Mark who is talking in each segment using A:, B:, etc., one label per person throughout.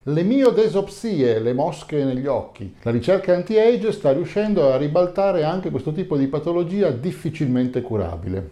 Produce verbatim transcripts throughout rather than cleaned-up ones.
A: Le miodesopsie, le mosche negli occhi. La ricerca anti-age sta riuscendo a ribaltare anche questo tipo di patologia difficilmente curabile.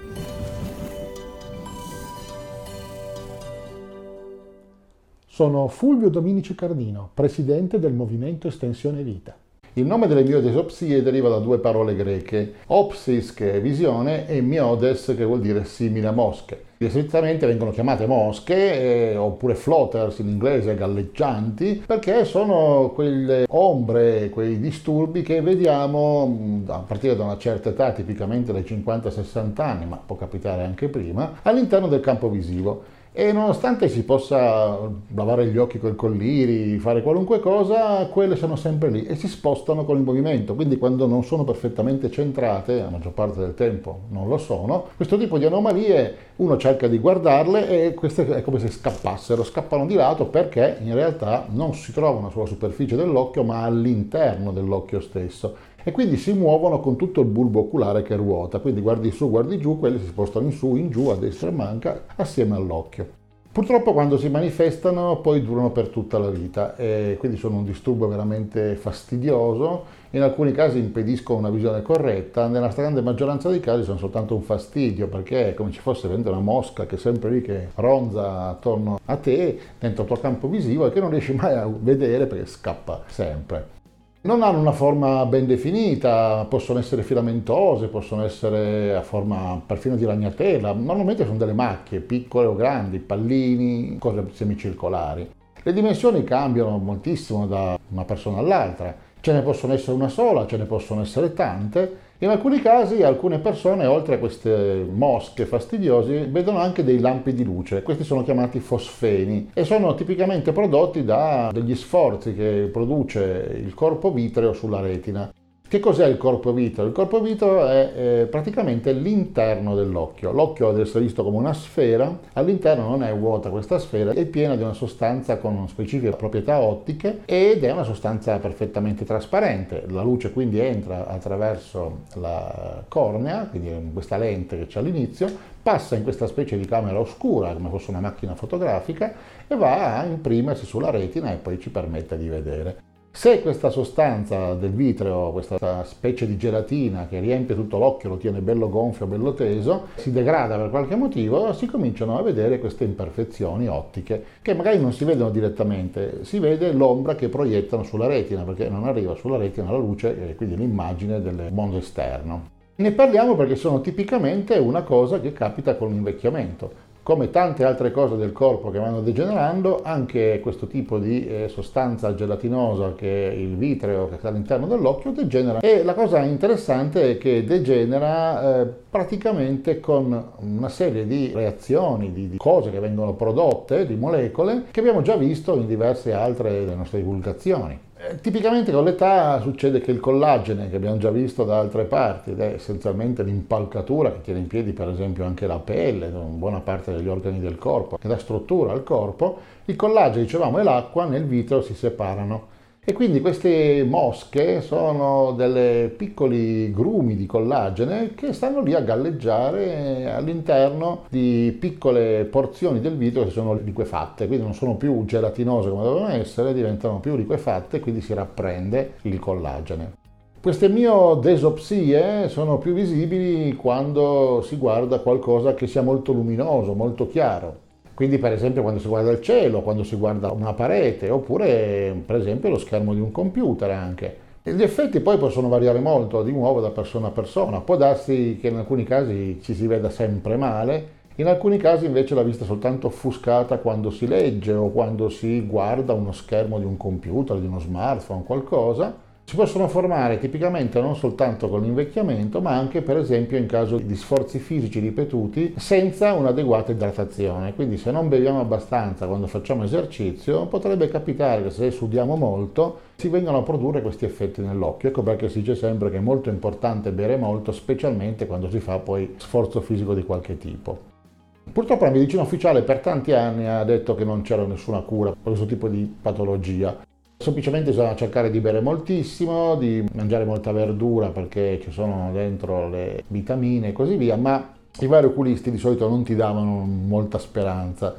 B: Sono Fulvio Dominici Cardino, presidente del Movimento Estensione Vita.
A: Il nome delle miodesopsie deriva da due parole greche, opsis che è visione e miodes che vuol dire simile a mosche. Solitamente vengono chiamate mosche eh, oppure floaters in inglese, galleggianti, perché sono quelle ombre, quei disturbi che vediamo a partire da una certa età, tipicamente dai cinquanta sessanta anni, ma può capitare anche prima, all'interno del campo visivo. E nonostante si possa lavare gli occhi col colliri, fare qualunque cosa, quelle sono sempre lì e si spostano con il movimento, quindi quando non sono perfettamente centrate, la maggior parte del tempo non lo sono, questo tipo di anomalie uno cerca di guardarle e queste è come se scappassero, scappano di lato perché in realtà non si trovano sulla superficie dell'occhio ma all'interno dell'occhio stesso. E quindi si muovono con tutto il bulbo oculare che ruota, quindi guardi su, guardi giù, quelli si spostano in su, in giù, a destra e a manca, assieme all'occhio. Purtroppo quando si manifestano poi durano per tutta la vita e quindi sono un disturbo veramente fastidioso, in alcuni casi impediscono una visione corretta, nella stragrande maggioranza dei casi sono soltanto un fastidio perché è come ci fosse una mosca che è sempre lì che ronza attorno a te, dentro il tuo campo visivo e che non riesci mai a vedere perché scappa sempre. Non hanno una forma ben definita, possono essere filamentose, possono essere a forma perfino di ragnatela, normalmente sono delle macchie, piccole o grandi, pallini, cose semicircolari. Le dimensioni cambiano moltissimo da una persona all'altra, ce ne possono essere una sola, ce ne possono essere tante. In alcuni casi alcune persone, oltre a queste mosche fastidiose, vedono anche dei lampi di luce. Questi sono chiamati fosfeni e sono tipicamente prodotti da degli sforzi che produce il corpo vitreo sulla retina. Che cos'è il corpo vitreo? Il corpo vitreo è eh, praticamente l'interno dell'occhio. L'occhio deve essere visto come una sfera, all'interno non è vuota questa sfera, è piena di una sostanza con specifiche proprietà ottiche ed è una sostanza perfettamente trasparente. La luce quindi entra attraverso la cornea, quindi questa lente che c'è all'inizio, passa in questa specie di camera oscura, come fosse una macchina fotografica, e va a imprimersi sulla retina e poi ci permette di vedere. Se questa sostanza del vitreo, questa specie di gelatina che riempie tutto l'occhio, lo tiene bello gonfio, bello teso, si degrada per qualche motivo, si cominciano a vedere queste imperfezioni ottiche, che magari non si vedono direttamente, si vede l'ombra che proiettano sulla retina, perché non arriva sulla retina la luce e quindi l'immagine del mondo esterno. Ne parliamo perché sono tipicamente una cosa che capita con l'invecchiamento. Come tante altre cose del corpo che vanno degenerando, anche questo tipo di eh, sostanza gelatinosa che è il vitreo che sta all'interno dell'occhio degenera. E la cosa interessante è che degenera eh, praticamente con una serie di reazioni, di, di cose che vengono prodotte, di molecole, che abbiamo già visto in diverse altre delle nostre divulgazioni. Tipicamente con l'età succede che il collagene, che abbiamo già visto da altre parti, ed è essenzialmente l'impalcatura che tiene in piedi per esempio anche la pelle, buona parte degli organi del corpo, che dà struttura al corpo, il collagene, dicevamo, e l'acqua nel vitreo si separano. E quindi queste mosche sono delle piccoli grumi di collagene che stanno lì a galleggiare all'interno di piccole porzioni del vitreo che sono liquefatte, quindi non sono più gelatinose come dovevano essere, diventano più liquefatte e quindi si rapprende il collagene. Queste miodesopsie sono più visibili quando si guarda qualcosa che sia molto luminoso, molto chiaro. Quindi per esempio quando si guarda il cielo, quando si guarda una parete, oppure per esempio lo schermo di un computer anche. E gli effetti poi possono variare molto, di nuovo da persona a persona. Può darsi che in alcuni casi ci si veda sempre male, in alcuni casi invece la vista è soltanto offuscata quando si legge o quando si guarda uno schermo di un computer, di uno smartphone, qualcosa. Si possono formare tipicamente non soltanto con l'invecchiamento, ma anche per esempio in caso di sforzi fisici ripetuti senza un'adeguata idratazione. Quindi se non beviamo abbastanza quando facciamo esercizio, potrebbe capitare che se sudiamo molto si vengano a produrre questi effetti nell'occhio. Ecco perché si dice sempre che è molto importante bere molto, specialmente quando si fa poi sforzo fisico di qualche tipo. Purtroppo la medicina ufficiale per tanti anni ha detto che non c'era nessuna cura per questo tipo di patologia. Semplicemente bisogna cercare di bere moltissimo, di mangiare molta verdura perché ci sono dentro le vitamine e così via, ma i vari oculisti di solito non ti davano molta speranza.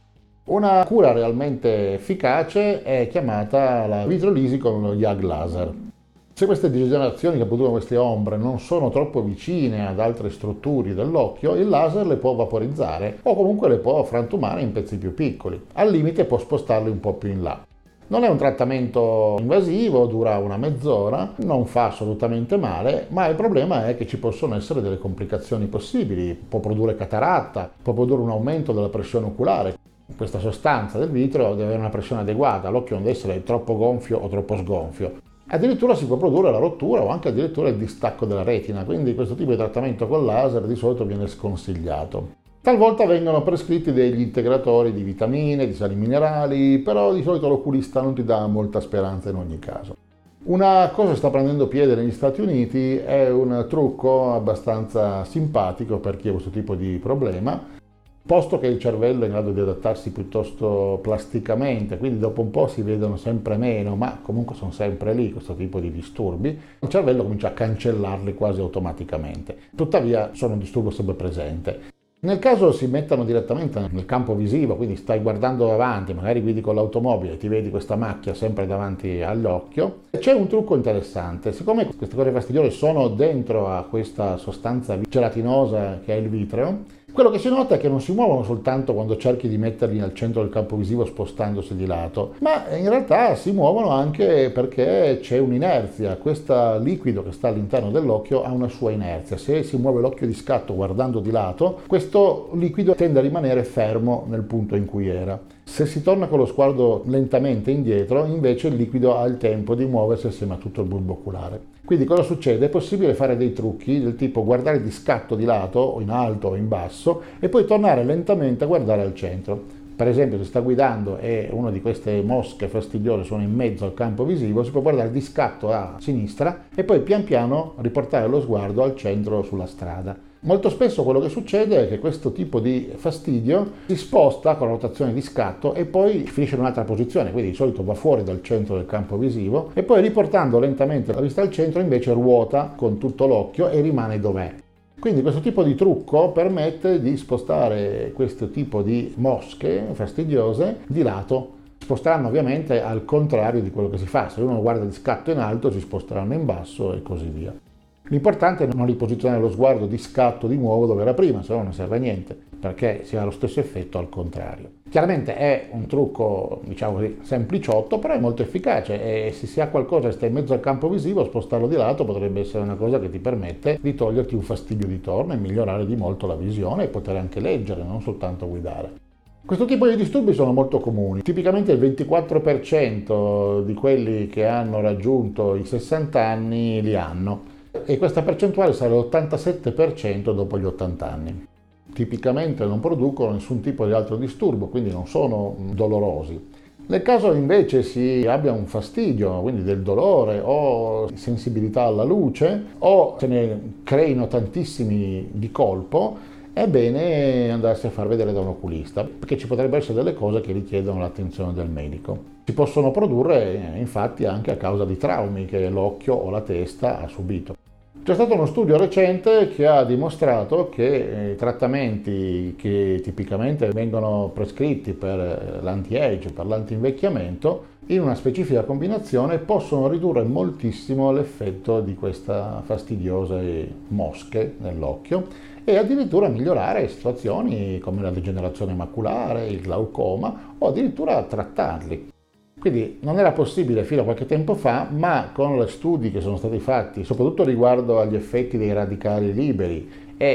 A: Una cura realmente efficace è chiamata la vitrolisi con lo Y A G laser. Se queste degenerazioni che producono queste ombre non sono troppo vicine ad altre strutture dell'occhio, il laser le può vaporizzare o comunque le può frantumare in pezzi più piccoli. Al limite può spostarli un po' più in là. Non è un trattamento invasivo, dura una mezz'ora, non fa assolutamente male, ma il problema è che ci possono essere delle complicazioni possibili. Può produrre cataratta, può produrre un aumento della pressione oculare. Questa sostanza del vitro deve avere una pressione adeguata, l'occhio non deve essere troppo gonfio o troppo sgonfio. Addirittura si può produrre la rottura o anche addirittura il distacco della retina, quindi questo tipo di trattamento con laser di solito viene sconsigliato. Talvolta vengono prescritti degli integratori di vitamine, di sali minerali, però di solito l'oculista non ti dà molta speranza in ogni caso. Una cosa che sta prendendo piede negli Stati Uniti è un trucco abbastanza simpatico per chi ha questo tipo di problema. Posto che il cervello è in grado di adattarsi piuttosto plasticamente, quindi dopo un po' si vedono sempre meno, ma comunque sono sempre lì questo tipo di disturbi, il cervello comincia a cancellarli quasi automaticamente. Tuttavia sono un disturbo sempre presente. Nel caso si mettano direttamente nel campo visivo, quindi stai guardando davanti, magari guidi con l'automobile e ti vedi questa macchia sempre davanti all'occhio, c'è un trucco interessante. Siccome queste cose fastidiose sono dentro a questa sostanza gelatinosa che è il vitreo, quello che si nota è che non si muovono soltanto quando cerchi di metterli al centro del campo visivo spostandosi di lato, ma in realtà si muovono anche perché c'è un'inerzia. Questo liquido che sta all'interno dell'occhio ha una sua inerzia. Se si muove l'occhio di scatto guardando di lato, questo liquido tende a rimanere fermo nel punto in cui era. Se si torna con lo sguardo lentamente indietro, invece il liquido ha il tempo di muoversi assieme a tutto il bulbo oculare. Quindi cosa succede? È possibile fare dei trucchi del tipo guardare di scatto di lato, o in alto o in basso, e poi tornare lentamente a guardare al centro. Per esempio, se sta guidando e una di queste mosche fastidiose sono in mezzo al campo visivo, si può guardare di scatto a sinistra e poi pian piano riportare lo sguardo al centro sulla strada. Molto spesso quello che succede è che questo tipo di fastidio si sposta con la rotazione di scatto e poi finisce in un'altra posizione, quindi di solito va fuori dal centro del campo visivo e poi riportando lentamente la vista al centro invece ruota con tutto l'occhio e rimane dov'è. Quindi questo tipo di trucco permette di spostare questo tipo di mosche fastidiose di lato. Sposteranno ovviamente al contrario di quello che si fa. Se uno guarda di scatto in alto si sposteranno in basso e così via. L'importante è non riposizionare lo sguardo di scatto di nuovo dove era prima, se no non serve a niente, perché si ha lo stesso effetto al contrario. Chiaramente è un trucco, diciamo così, sempliciotto, però è molto efficace e se si ha qualcosa che sta in mezzo al campo visivo, spostarlo di lato potrebbe essere una cosa che ti permette di toglierti un fastidio di torno e migliorare di molto la visione e poter anche leggere, non soltanto guidare. Questo tipo di disturbi sono molto comuni, tipicamente il ventiquattro per cento di quelli che hanno raggiunto i sessanta anni li hanno. E questa percentuale sale all'ottantasette per cento dopo gli ottanta anni. Tipicamente non producono nessun tipo di altro disturbo, quindi non sono dolorosi. Nel caso invece si abbia un fastidio, quindi del dolore o sensibilità alla luce, o se ne creino tantissimi di colpo, è bene andarsi a far vedere da un oculista, perché ci potrebbero essere delle cose che richiedono l'attenzione del medico. Si possono produrre infatti anche a causa di traumi che l'occhio o la testa ha subito. C'è stato uno studio recente che ha dimostrato che i trattamenti che tipicamente vengono prescritti per l'anti-age, per l'anti-invecchiamento, in una specifica combinazione possono ridurre moltissimo l'effetto di queste fastidiose mosche nell'occhio e addirittura migliorare situazioni come la degenerazione maculare, il glaucoma o addirittura trattarli. Quindi non era possibile fino a qualche tempo fa, ma con gli studi che sono stati fatti, soprattutto riguardo agli effetti dei radicali liberi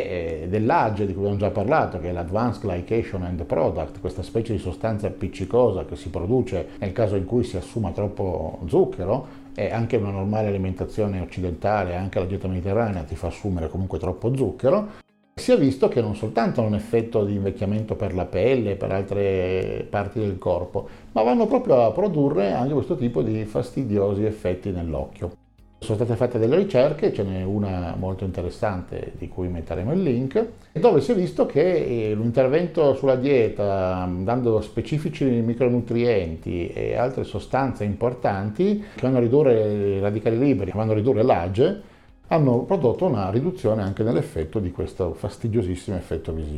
A: e dell'A G E di cui abbiamo già parlato, che è l'Advanced Glycation End Product, questa specie di sostanza appiccicosa che si produce nel caso in cui si assuma troppo zucchero, e anche una normale alimentazione occidentale, anche la dieta mediterranea ti fa assumere comunque troppo zucchero, si è visto che non soltanto hanno un effetto di invecchiamento per la pelle e per altre parti del corpo, ma vanno proprio a produrre anche questo tipo di fastidiosi effetti nell'occhio. Sono state fatte delle ricerche, ce n'è una molto interessante di cui metteremo il link, dove si è visto che l'intervento sulla dieta, dando specifici micronutrienti e altre sostanze importanti che vanno a ridurre i radicali liberi, che vanno a ridurre l'A G E, hanno prodotto una riduzione anche nell'effetto di questo fastidiosissimo effetto visivo.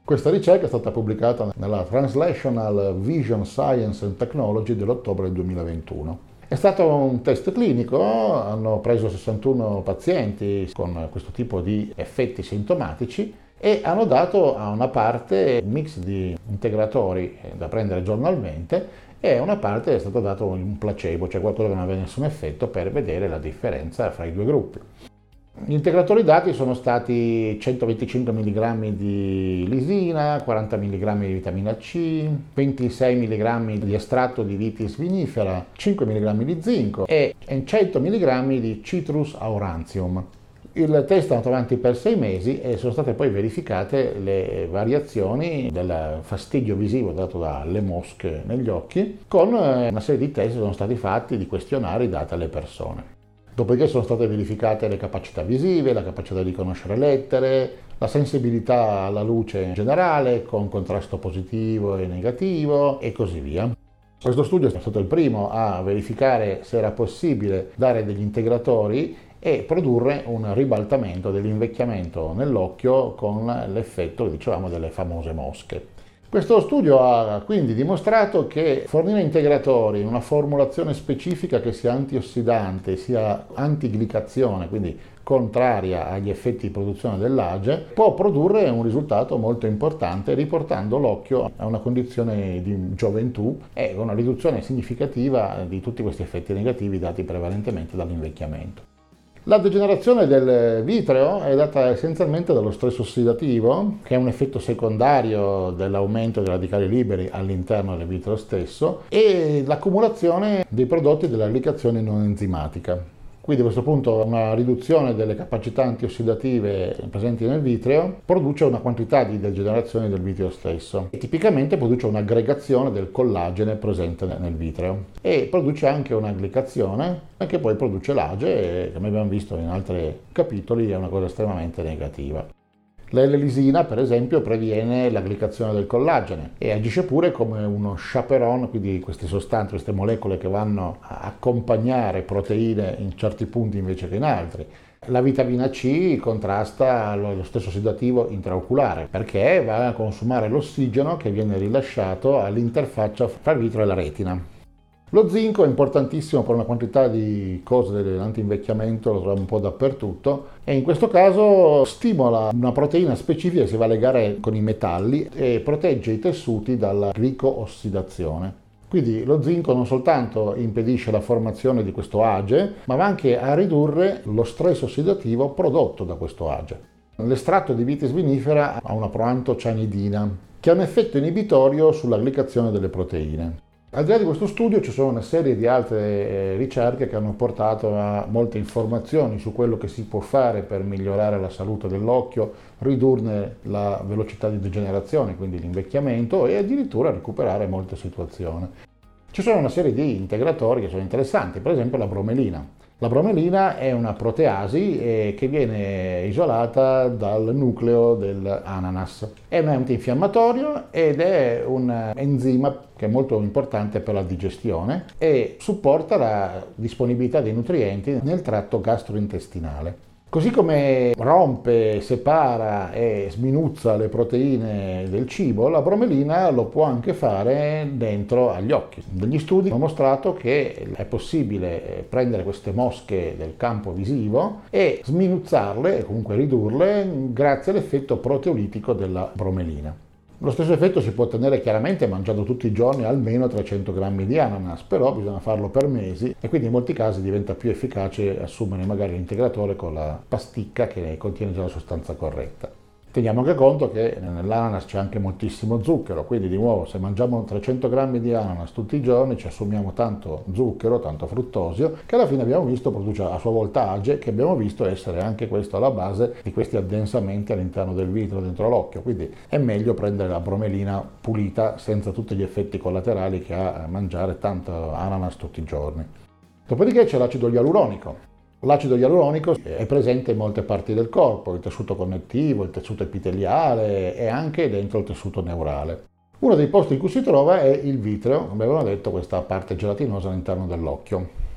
A: Questa ricerca è stata pubblicata nella Translational Vision Science and Technology dell'ottobre duemilaventuno. È stato un test clinico, hanno preso sessantuno pazienti con questo tipo di effetti sintomatici e hanno dato a una parte un mix di integratori da prendere giornalmente e a una parte è stato dato un placebo, cioè qualcosa che non aveva nessun effetto, per vedere la differenza fra i due gruppi. Gli integratori dati sono stati centoventicinque milligrammi di lisina, quaranta milligrammi di vitamina C, ventisei milligrammi di estratto di vitis vinifera, cinque milligrammi di zinco e cento milligrammi di Citrus aurantium. Il test è andato avanti per sei mesi e sono state poi verificate le variazioni del fastidio visivo dato dalle mosche negli occhi, con una serie di test che sono stati fatti, di questionari dati alle persone. Dopodiché sono state verificate le capacità visive, la capacità di conoscere lettere, la sensibilità alla luce in generale, con contrasto positivo e negativo e così via. Questo studio è stato il primo a verificare se era possibile dare degli integratori e produrre un ribaltamento dell'invecchiamento nell'occhio con l'effetto, dicevamo, delle famose mosche. Questo studio ha quindi dimostrato che fornire integratori in una formulazione specifica che sia antiossidante, sia antiglicazione, quindi contraria agli effetti di produzione dell'A G E, può produrre un risultato molto importante, riportando l'occhio a una condizione di gioventù e una riduzione significativa di tutti questi effetti negativi dati prevalentemente dall'invecchiamento. La degenerazione del vitreo è data essenzialmente dallo stress ossidativo, che è un effetto secondario dell'aumento dei radicali liberi all'interno del vitreo stesso, e l'accumulazione dei prodotti della glicazione non enzimatica. Quindi a questo punto una riduzione delle capacità antiossidative presenti nel vitreo produce una quantità di degenerazione del vitreo stesso e tipicamente produce un'aggregazione del collagene presente nel vitreo e produce anche una glicazione che poi produce l'A G E e, come abbiamo visto in altri capitoli, è una cosa estremamente negativa. L'L-lisina, per esempio, previene la glicazione del collagene e agisce pure come uno chaperone, quindi queste sostanze, queste molecole che vanno a accompagnare proteine in certi punti invece che in altri. La vitamina C contrasta lo stesso ossidativo intraoculare perché va a consumare l'ossigeno che viene rilasciato all'interfaccia fra il vitro e la retina. Lo zinco è importantissimo per una quantità di cose dell'antinvecchiamento, lo troviamo un po' dappertutto, e in questo caso stimola una proteina specifica che si va a legare con i metalli e protegge i tessuti dalla glico-ossidazione. Quindi lo zinco non soltanto impedisce la formazione di questo A G E, ma va anche a ridurre lo stress ossidativo prodotto da questo A G E. L'estratto di vitis vinifera ha una proantocianidina, che ha un effetto inibitorio sulla glicazione delle proteine. Al di là di questo studio ci sono una serie di altre ricerche che hanno portato a molte informazioni su quello che si può fare per migliorare la salute dell'occhio, ridurne la velocità di degenerazione, quindi l'invecchiamento, e addirittura recuperare molte situazioni. Ci sono una serie di integratori che sono interessanti, per esempio la bromelina. La bromelina è una proteasi eh, che viene isolata dal nucleo dell'ananas. È un antinfiammatorio ed è un enzima che è molto importante per la digestione e supporta la disponibilità dei nutrienti nel tratto gastrointestinale. Così come rompe, separa e sminuzza le proteine del cibo, la bromelina lo può anche fare dentro agli occhi. Degli studi hanno mostrato che è possibile prendere queste mosche del campo visivo e sminuzzarle, e comunque ridurle, grazie all'effetto proteolitico della bromelina. Lo stesso effetto si può ottenere chiaramente mangiando tutti i giorni almeno trecento grammi di ananas, però bisogna farlo per mesi e quindi in molti casi diventa più efficace assumere magari l'integratore con la pasticca che contiene già la sostanza corretta. Teniamo anche conto che nell'ananas c'è anche moltissimo zucchero, quindi di nuovo se mangiamo trecento grammi di ananas tutti i giorni ci assumiamo tanto zucchero, tanto fruttosio, che alla fine abbiamo visto produce a sua volta A G E, che abbiamo visto essere anche questo alla base di questi addensamenti all'interno del vitreo dentro l'occhio, quindi è meglio prendere la bromelina pulita senza tutti gli effetti collaterali che ha mangiare tanto ananas tutti i giorni. Dopodiché c'è l'acido ialuronico. L'acido ialuronico è presente in molte parti del corpo, il tessuto connettivo, il tessuto epiteliale e anche dentro il tessuto neurale. Uno dei posti in cui si trova è il vitreo, come avevamo detto, questa parte gelatinosa all'interno dell'occhio.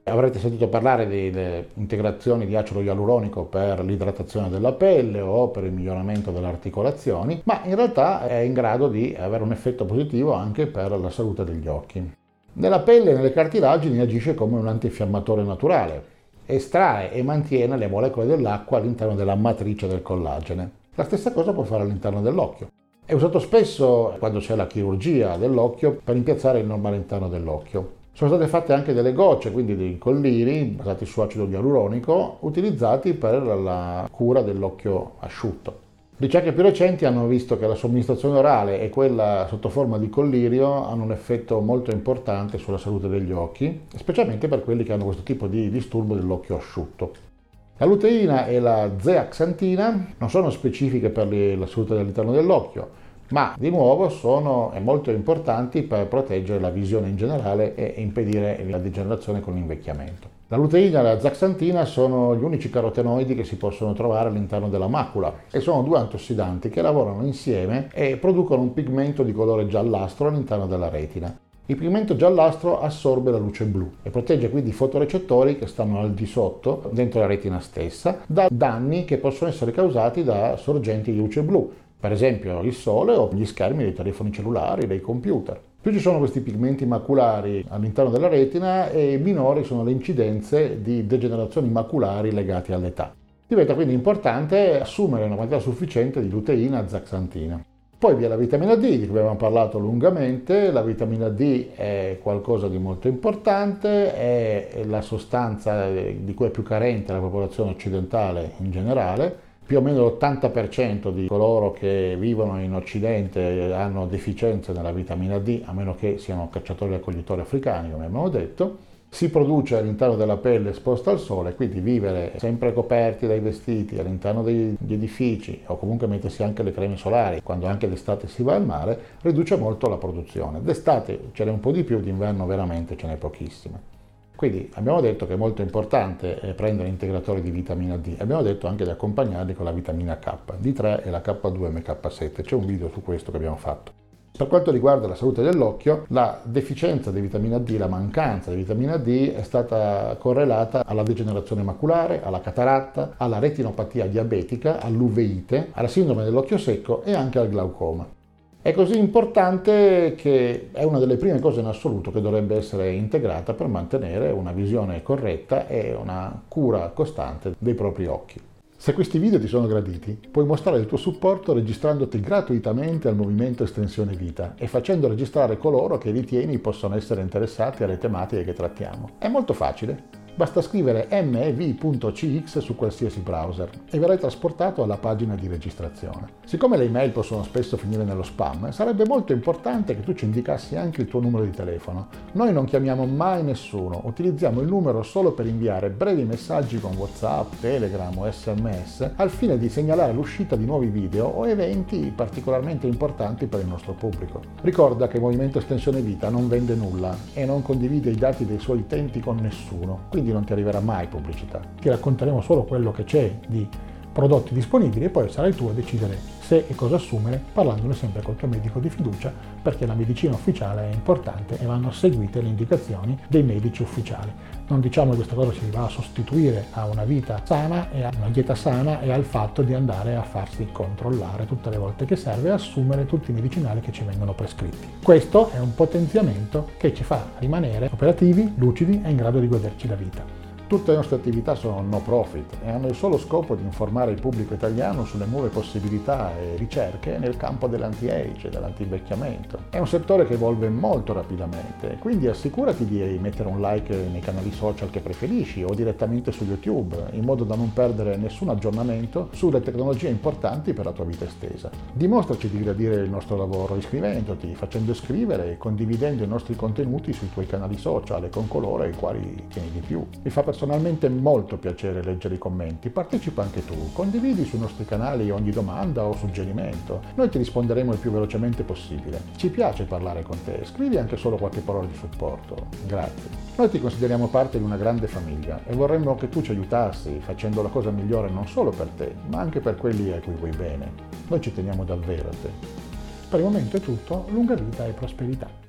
A: Avrete sentito parlare delle integrazioni di acido ialuronico per l'idratazione della pelle o per il miglioramento delle articolazioni, ma in realtà è in grado di avere un effetto positivo anche per la salute degli occhi. Nella pelle e nelle cartilagini agisce come un antinfiammatore naturale, estrae e mantiene le molecole dell'acqua all'interno della matrice del collagene. La stessa cosa può fare all'interno dell'occhio. È usato spesso quando c'è la chirurgia dell'occhio per rimpiazzare il normale interno dell'occhio. Sono state fatte anche delle gocce, quindi dei colliri basati su acido ialuronico, utilizzati per la cura dell'occhio asciutto. Ricerche più recenti hanno visto che la somministrazione orale e quella sotto forma di collirio hanno un effetto molto importante sulla salute degli occhi, specialmente per quelli che hanno questo tipo di disturbo dell'occhio asciutto. La luteina e la zeaxantina non sono specifiche per la salute dell'interno dell'occhio, ma di nuovo sono molto importanti per proteggere la visione in generale e impedire la degenerazione con l'invecchiamento. La luteina e la zeaxantina sono gli unici carotenoidi che si possono trovare all'interno della macula e sono due antiossidanti che lavorano insieme e producono un pigmento di colore giallastro all'interno della retina. Il pigmento giallastro assorbe la luce blu e protegge quindi i fotorecettori che stanno al di sotto, dentro la retina stessa, da danni che possono essere causati da sorgenti di luce blu, per esempio il sole o gli schermi dei telefoni cellulari, dei computer. Più ci sono questi pigmenti maculari all'interno della retina e minori sono le incidenze di degenerazioni maculari legate all'età. Diventa quindi importante assumere una quantità sufficiente di luteina e zeaxantina. Poi vi è la vitamina D, di cui abbiamo parlato lungamente. La vitamina D è qualcosa di molto importante, è la sostanza di cui è più carente la popolazione occidentale in generale. Più o meno l'ottanta per cento di coloro che vivono in Occidente hanno deficienze nella vitamina D, a meno che siano cacciatori e raccoglitori africani, come abbiamo detto. Si produce all'interno della pelle esposta al sole, quindi vivere sempre coperti dai vestiti all'interno degli edifici o comunque mettersi anche le creme solari quando anche d'estate si va al mare riduce molto la produzione. D'estate ce n'è un po' di più, d'inverno veramente ce n'è pochissima. Quindi abbiamo detto che è molto importante prendere integratori di vitamina D, abbiamo detto anche di accompagnarli con la vitamina K, D tre e la K due M K sette, c'è un video su questo che abbiamo fatto. Per quanto riguarda la salute dell'occhio, la deficienza di vitamina D, la mancanza di vitamina D è stata correlata alla degenerazione maculare, alla cataratta, alla retinopatia diabetica, all'uveite, alla sindrome dell'occhio secco e anche al glaucoma. È così importante che è una delle prime cose in assoluto che dovrebbe essere integrata per mantenere una visione corretta e una cura costante dei propri occhi. Se questi video ti sono graditi, puoi mostrare il tuo supporto registrandoti gratuitamente al movimento Estensione Vita e facendo registrare coloro che ritieni possono essere interessati alle tematiche che trattiamo. È molto facile. Basta scrivere m e v punto c x su qualsiasi browser e verrai trasportato alla pagina di registrazione. Siccome le email possono spesso finire nello spam, sarebbe molto importante che tu ci indicassi anche il tuo numero di telefono. Noi non chiamiamo mai nessuno, utilizziamo il numero solo per inviare brevi messaggi con WhatsApp, Telegram o S M S al fine di segnalare l'uscita di nuovi video o eventi particolarmente importanti per il nostro pubblico. Ricorda che il Movimento Estensione Vita non vende nulla e non condivide i dati dei suoi utenti con nessuno, quindi non ti arriverà mai pubblicità. Ti racconteremo solo quello che c'è di prodotti disponibili e poi sarai tu a decidere se e cosa assumere, parlandone sempre col tuo medico di fiducia, perché la medicina ufficiale è importante e vanno seguite le indicazioni dei medici ufficiali. Non diciamo che questa cosa si va a sostituire a una vita sana e a una dieta sana e al fatto di andare a farsi controllare tutte le volte che serve e assumere tutti i medicinali che ci vengono prescritti. Questo è un potenziamento che ci fa rimanere operativi, lucidi e in grado di goderci la vita. Tutte le nostre attività sono no profit e hanno il solo scopo di informare il pubblico italiano sulle nuove possibilità e ricerche nel campo dell'anti-age e dell'antivecchiamento. È un settore che evolve molto rapidamente, quindi assicurati di mettere un like nei canali social che preferisci o direttamente su YouTube, in modo da non perdere nessun aggiornamento sulle tecnologie importanti per la tua vita estesa. Dimostraci di gradire il nostro lavoro iscrivendoti, facendo iscrivere e condividendo i nostri contenuti sui tuoi canali social e con coloro ai quali tieni di più. Mi fa personalmente molto piacere leggere i commenti, partecipa anche tu, condividi sui nostri canali ogni domanda o suggerimento, noi ti risponderemo il più velocemente possibile. Ci piace parlare con te, scrivi anche solo qualche parola di supporto, grazie. Noi ti consideriamo parte di una grande famiglia e vorremmo che tu ci aiutassi facendo la cosa migliore non solo per te, ma anche per quelli a cui vuoi bene. Noi ci teniamo davvero a te. Per il momento è tutto, lunga vita e prosperità.